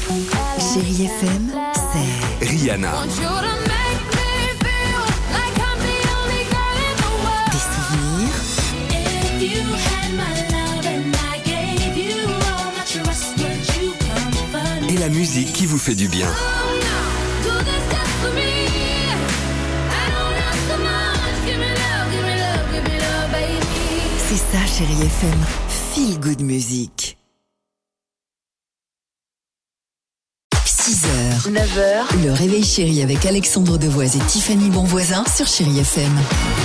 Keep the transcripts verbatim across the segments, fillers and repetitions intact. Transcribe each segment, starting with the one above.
Chérie F M, c'est Rihanna. des souvenirs, Et la musique qui vous fait du bien. c'est ça Chérie F M, Feel Good Music. six heures, neuf heures, le réveil chéri avec Alexandre Devoise et Tiffany Bonvoisin sur Chérie F M.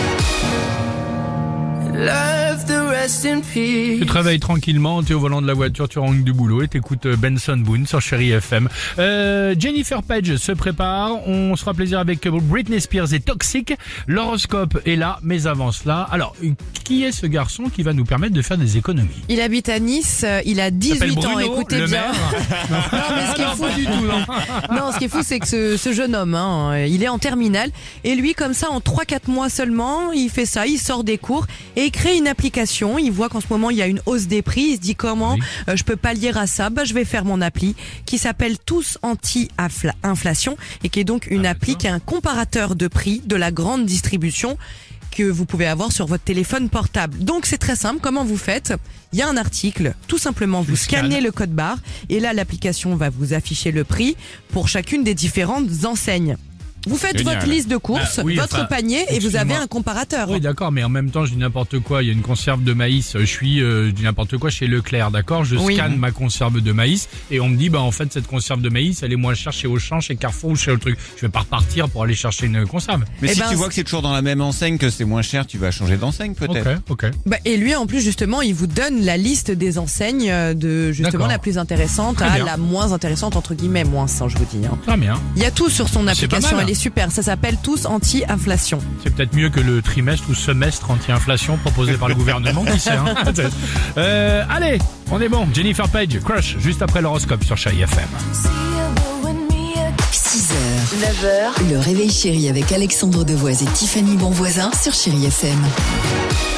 Tu te réveilles tranquillement, tu es au volant de la voiture, tu rentres du boulot et t'écoutes Benson Boone sur Chérie F M. Euh, Jennifer Page se prépare, on se fera plaisir avec Britney Spears et Toxic. L'horoscope est là, mais avant cela, alors, qui est ce garçon qui va nous permettre de faire des économies? Il habite à Nice, il a dix-huit ans, Bruno, écoutez le bien. maire. Non, mais ce qui est Non, fou, pas du tout, non. non, ce qui est fou, c'est que ce, ce jeune homme, hein, il est en terminale, et lui, comme ça, en trois quatre mois seulement, il fait ça, il sort des cours, et il crée une application. Il voit qu'en ce moment, il y a une hausse des prix, il se dit comment Oui. euh, je peux pallier à ça, bah, je vais faire mon appli, qui s'appelle Tous Anti-Inflation, et qui est donc une Ah, appli d'accord. qui est un comparateur de prix de la grande distribution, que vous pouvez avoir sur votre téléphone portable. Donc c'est très simple, comment vous faites? Il y a un article, tout simplement vous scanne. scannez le code barre et là l'application va vous afficher le prix pour chacune des différentes enseignes. Vous faites Génial. votre liste de courses, Ah, oui, votre enfin, panier et vous avez excuse-moi. un comparateur. Oui, d'accord, mais en même temps, je dis n'importe quoi. Il y a une conserve de maïs. Je suis, euh, je dis n'importe quoi chez Leclerc, d'accord? Je Oui. scanne ma conserve de maïs et on me dit, bah, en fait, cette conserve de maïs, elle est moins chère chez Auchan, chez Carrefour ou chez le truc. Je vais pas repartir pour aller chercher une conserve. Mais Eh si ben, tu vois que c'est toujours dans la même enseigne, que c'est moins cher, tu vas changer d'enseigne peut-être. Ok, ok. Bah, et lui en plus justement il vous donne la liste des enseignes euh, de justement D'accord. la plus intéressante Très à bien. la moins intéressante entre guillemets, moins ça je vous dis. Hein. Très bien. Il y a tout sur son C'est pas application, mal. elle est super, ça s'appelle Tous Anti-Inflation. C'est peut-être mieux que le trimestre ou semestre anti-inflation proposé par le gouvernement, qui sait, hein. euh, allez, on est bon. Jennifer Page, Crush, juste après l'horoscope sur Chérie F M. six heures, neuf heures, le réveil chéri avec Alexandre Devoise et Tiffany Bonvoisin sur Chérie F M.